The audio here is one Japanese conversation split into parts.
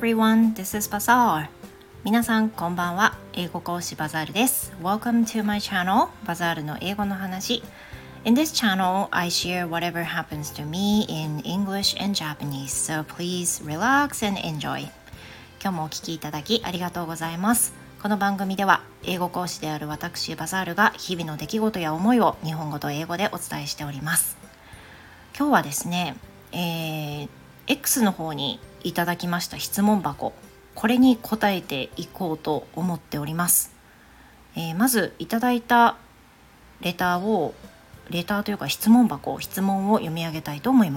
everyone, this is Bazaar. 皆さんこんばんは。英語講師バザールです。Welcome to my channel, バザールの英語の話。In this channel, I share whatever happens to me in English and Japanese, so please relax and enjoy. 今日もお聞きいただきありがとうございます。この番組では英語講師である私バザールが日々の出来事や思いを日本語と英語でお伝えしております。今日はですね、X の方にいただきました質問箱、これに答えていこうと思っております。まずいただいたレターというか質問を読み上げたいと思います。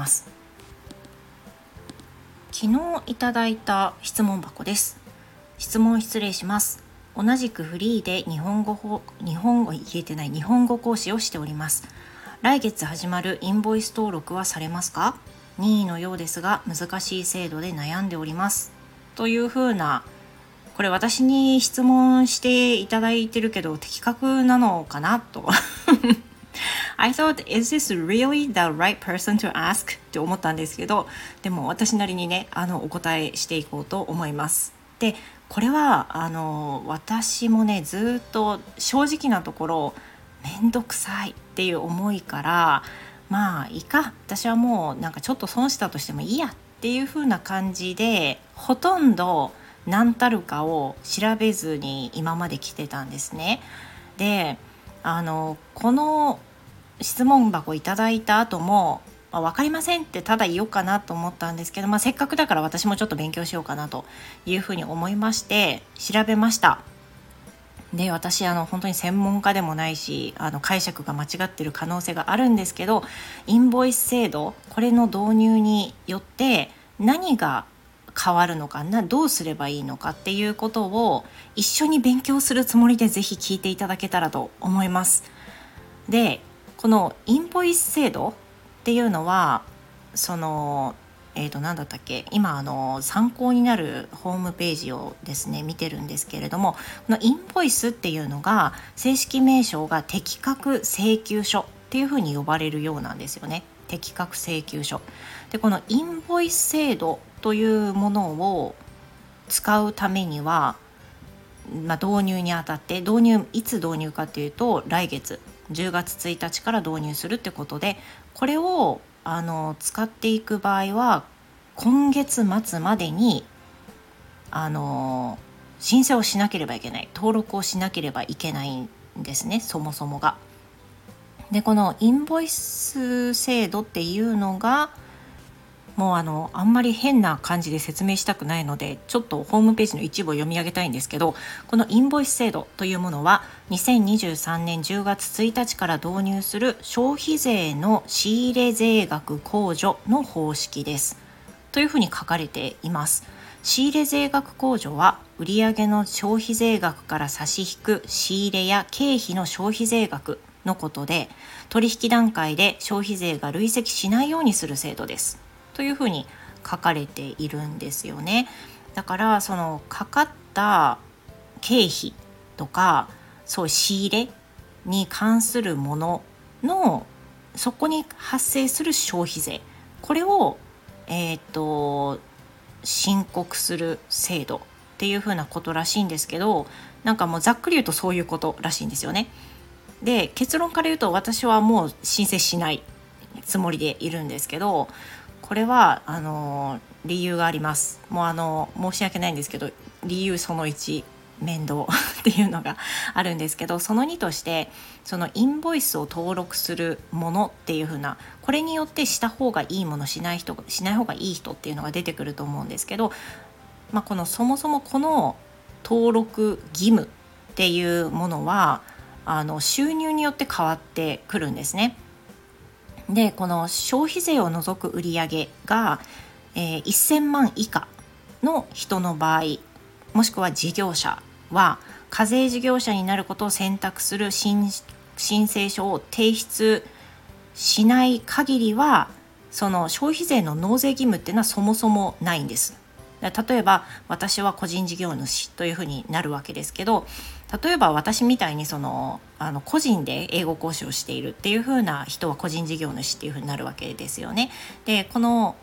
昨日いただいた質問箱です。質問失礼します。同じくフリーで日本語講師をしております。来月始まるインボイス登録はされますか？任意のようですが難しい制度で悩んでおりますというふうな、これ私に質問していただいてるけど的確なのかなとI thought, is this really the right person to ask? って思ったんですけど、でも私なりにねお答えしていこうと思います。でこれは私もねずっと正直なところめんどくさいっていう思いから、まあいいか、私はもうなんかちょっと損したとしてもいいやっていう風な感じで、ほとんど何たるかを調べずに今まで来てたんですね。でこの質問箱いただいた後も、分かりませんってただ言おうかなと思ったんですけど、せっかくだから私もちょっと勉強しようかなというふうに思いまして調べました。で私本当に専門家でもないし解釈が間違ってる可能性があるんですけど、インボイス制度、これの導入によって何が変わるのかどうすればいいのかっていうことを一緒に勉強するつもりでぜひ聞いていただけたらと思います。でこのインボイス制度っていうのは何だったっけ、今参考になるホームページをですね見てるんですけれども、このインボイスっていうのが正式名称が適格請求書っていうふうに呼ばれるようなんですよね。適格請求書で、このインボイス制度というものを使うためには、導入にあたっていつ導入かというと来月10月1日から導入するってことで、これを使っていく場合は今月末までに申請をしなければいけない、登録をしなければいけないんですね、そもそもが。でこのインボイス制度っていうのがもうあんまり変な感じで説明したくないので、ちょっとホームページの一部を読み上げたいんですけど、このインボイス制度というものは2023年10月1日から導入する消費税の仕入れ税額控除の方式ですというふうに書かれています。仕入れ税額控除は売上の消費税額から差し引く仕入れや経費の消費税額のことで、取引段階で消費税が累積しないようにする制度ですというふうに書かれているんですよね。だからそのかかった経費とかそう仕入れに関するもののそこに発生する消費税、これを申告する制度っていうふうなことらしいんですけど、なんかもうざっくり言うとそういうことらしいんですよね。で結論から言うと私はもう申請しないつもりでいるんですけど、これは理由があります。もう申し訳ないんですけど、理由その1、面倒っていうのがあるんですけど、その2としてそのインボイスを登録するものっていう風な、これによってした方がいいもの、しない方がいい人っていうのが出てくると思うんですけど、そもそもこの登録義務っていうものは収入によって変わってくるんですね。でこの消費税を除く売上が、1000万以下の人の場合、もしくは事業者は課税事業者になることを選択する申請書を提出しない限りは、その消費税の納税義務っていうのはそもそもないんです。例えば私は個人事業主というふうになるわけですけど、例えば私みたいに個人で英語講師をしているっていう風な人は個人事業主っていう風になるわけですよね。でこの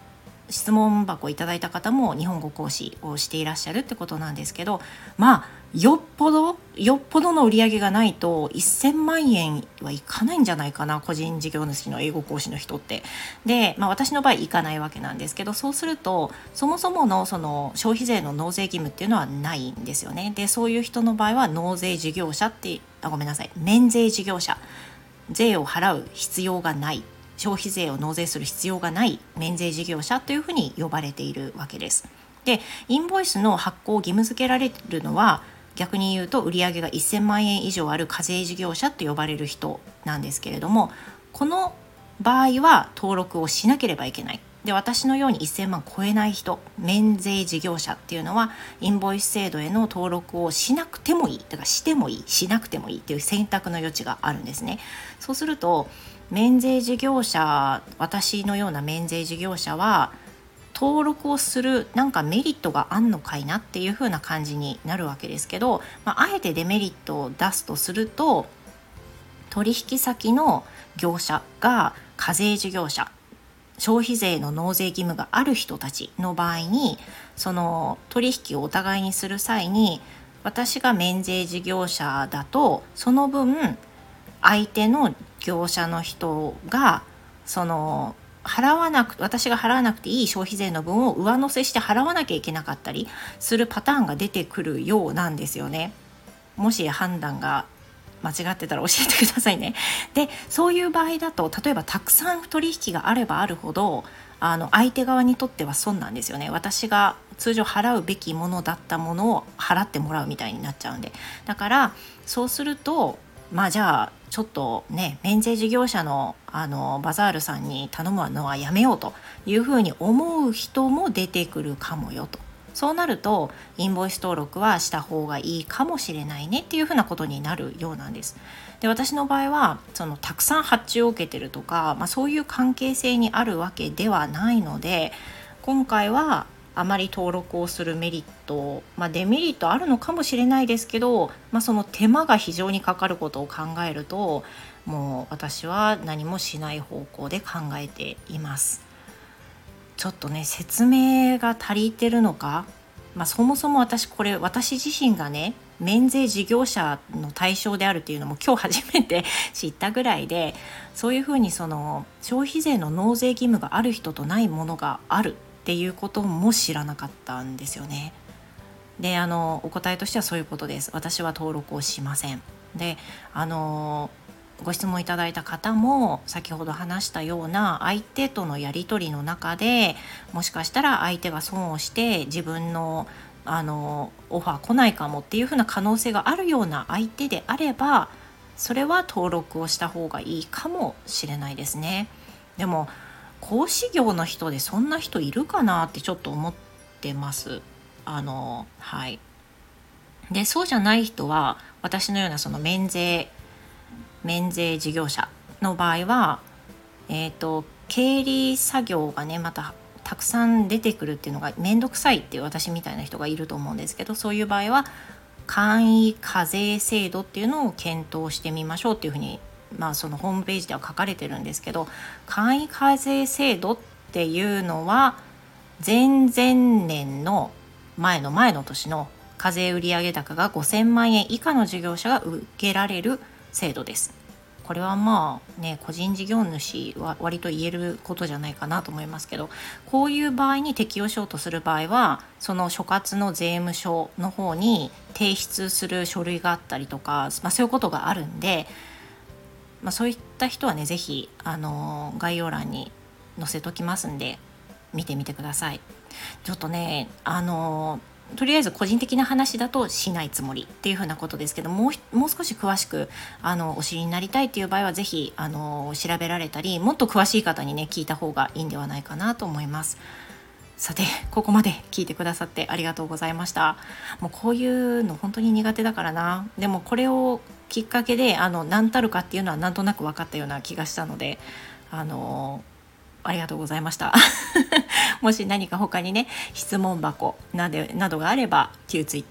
質問箱いただいた方も日本語講師をしていらっしゃるってことなんですけど、まあよっぽどの売り上げがないと1000万円はいかないんじゃないかな、個人事業主の英語講師の人って。で、私の場合いかないわけなんですけど、そうするとそもそものその消費税の納税義務っていうのはないんですよね。でそういう人の場合は納税事業者って免税事業者、税を払う必要がない、消費税を納税する必要がない免税事業者というふうに呼ばれているわけです。でインボイスの発行を義務付けられるのは、逆に言うと売上が1000万円以上ある課税事業者と呼ばれる人なんですけれども、この場合は登録をしなければいけない。で私のように1000万超えない人、免税事業者っていうのはインボイス制度への登録をしなくてもいい、だからしてもいいしなくてもいいっていう選択の余地があるんですね。そうすると免税事業者、私のような免税事業者は登録をするなんかメリットがあんのかいなっていう風な感じになるわけですけど、あえてデメリットを出すとすると、取引先の業者が課税事業者、消費税の納税義務がある人たちの場合に、その取引をお互いにする際に、私が免税事業者だとその分相手の業者の人がその私が払わなくていい消費税の分を上乗せして払わなきゃいけなかったりするパターンが出てくるようなんですよね。もし判断が間違ってたら教えてくださいね。でそういう場合だと、例えばたくさん取引があればあるほど相手側にとっては損なんですよね。私が通常払うべきものだったものを払ってもらうみたいになっちゃうんで、だからそうするとじゃあちょっとね、免税事業者のバザールさんに頼むのはやめようというふうに思う人も出てくるかもよと。そうなるとインボイス登録はした方がいいかもしれないねっていうふうなことになるようなんです。で私の場合はたくさん発注を受けてるとか、そういう関係性にあるわけではないので、今回はあまり登録をするメリット、デメリットあるのかもしれないですけど、その手間が非常にかかることを考えると、もう私は何もしない方向で考えています。ちょっとね説明が足りてるのか、そもそも私自身がね免税事業者の対象であるっていうのも今日初めて知ったぐらいで、そういうふうにその消費税の納税義務がある人とないものがあるっていうことも知らなかったんですよね。でお答えとしてはそういうことです。私は登録をしません。でご質問いただいた方も先ほど話したような相手とのやり取りの中で、もしかしたら相手が損をして自分のオファー来ないかもっていうふうな可能性があるような相手であれば、それは登録をした方がいいかもしれないですね。でも講師業の人でそんな人いるかなってちょっと思ってます。はい。でそうじゃない人は、私のようなその免税事業者の場合は、経理作業がねまたたくさん出てくるっていうのがめんどくさいっていう私みたいな人がいると思うんですけど、そういう場合は簡易課税制度っていうのを検討してみましょうっていうふうに、そのホームページでは書かれてるんですけど、簡易課税制度っていうのは前々年の前の年の課税売上高が5000万円以下の事業者が受けられる制度です。これは個人事業主は割と言えることじゃないかなと思いますけど、こういう場合に適用しようとする場合は、その所括の税務署の方に提出する書類があったりとか、そういうことがあるんで、そういった人はねぜひ概要欄に載せときますんで見てみてください。ちょっとねとりあえず個人的な話だとしないつもりっていうふうなことですけども、もう少し詳しくお知りになりたいっていう場合はぜひ調べられたり、もっと詳しい方にね聞いた方がいいんではないかなと思います。さてここまで聞いてくださってありがとうございました。もうこういうの本当に苦手だからな。でもこれをきっかけで何たるかっていうのはなんとなく分かったような気がしたのでありがとうございましたもし何か他にね質問箱などがあれば旧ツイッタ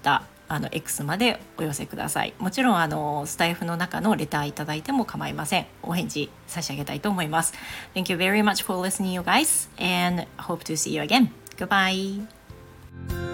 X までお寄せください。もちろんスタイフの中のレターいただいても構いません。お返事差し上げたいと思います。 Thank you very much for listening, you guys, and hope to see you again. Goodbye.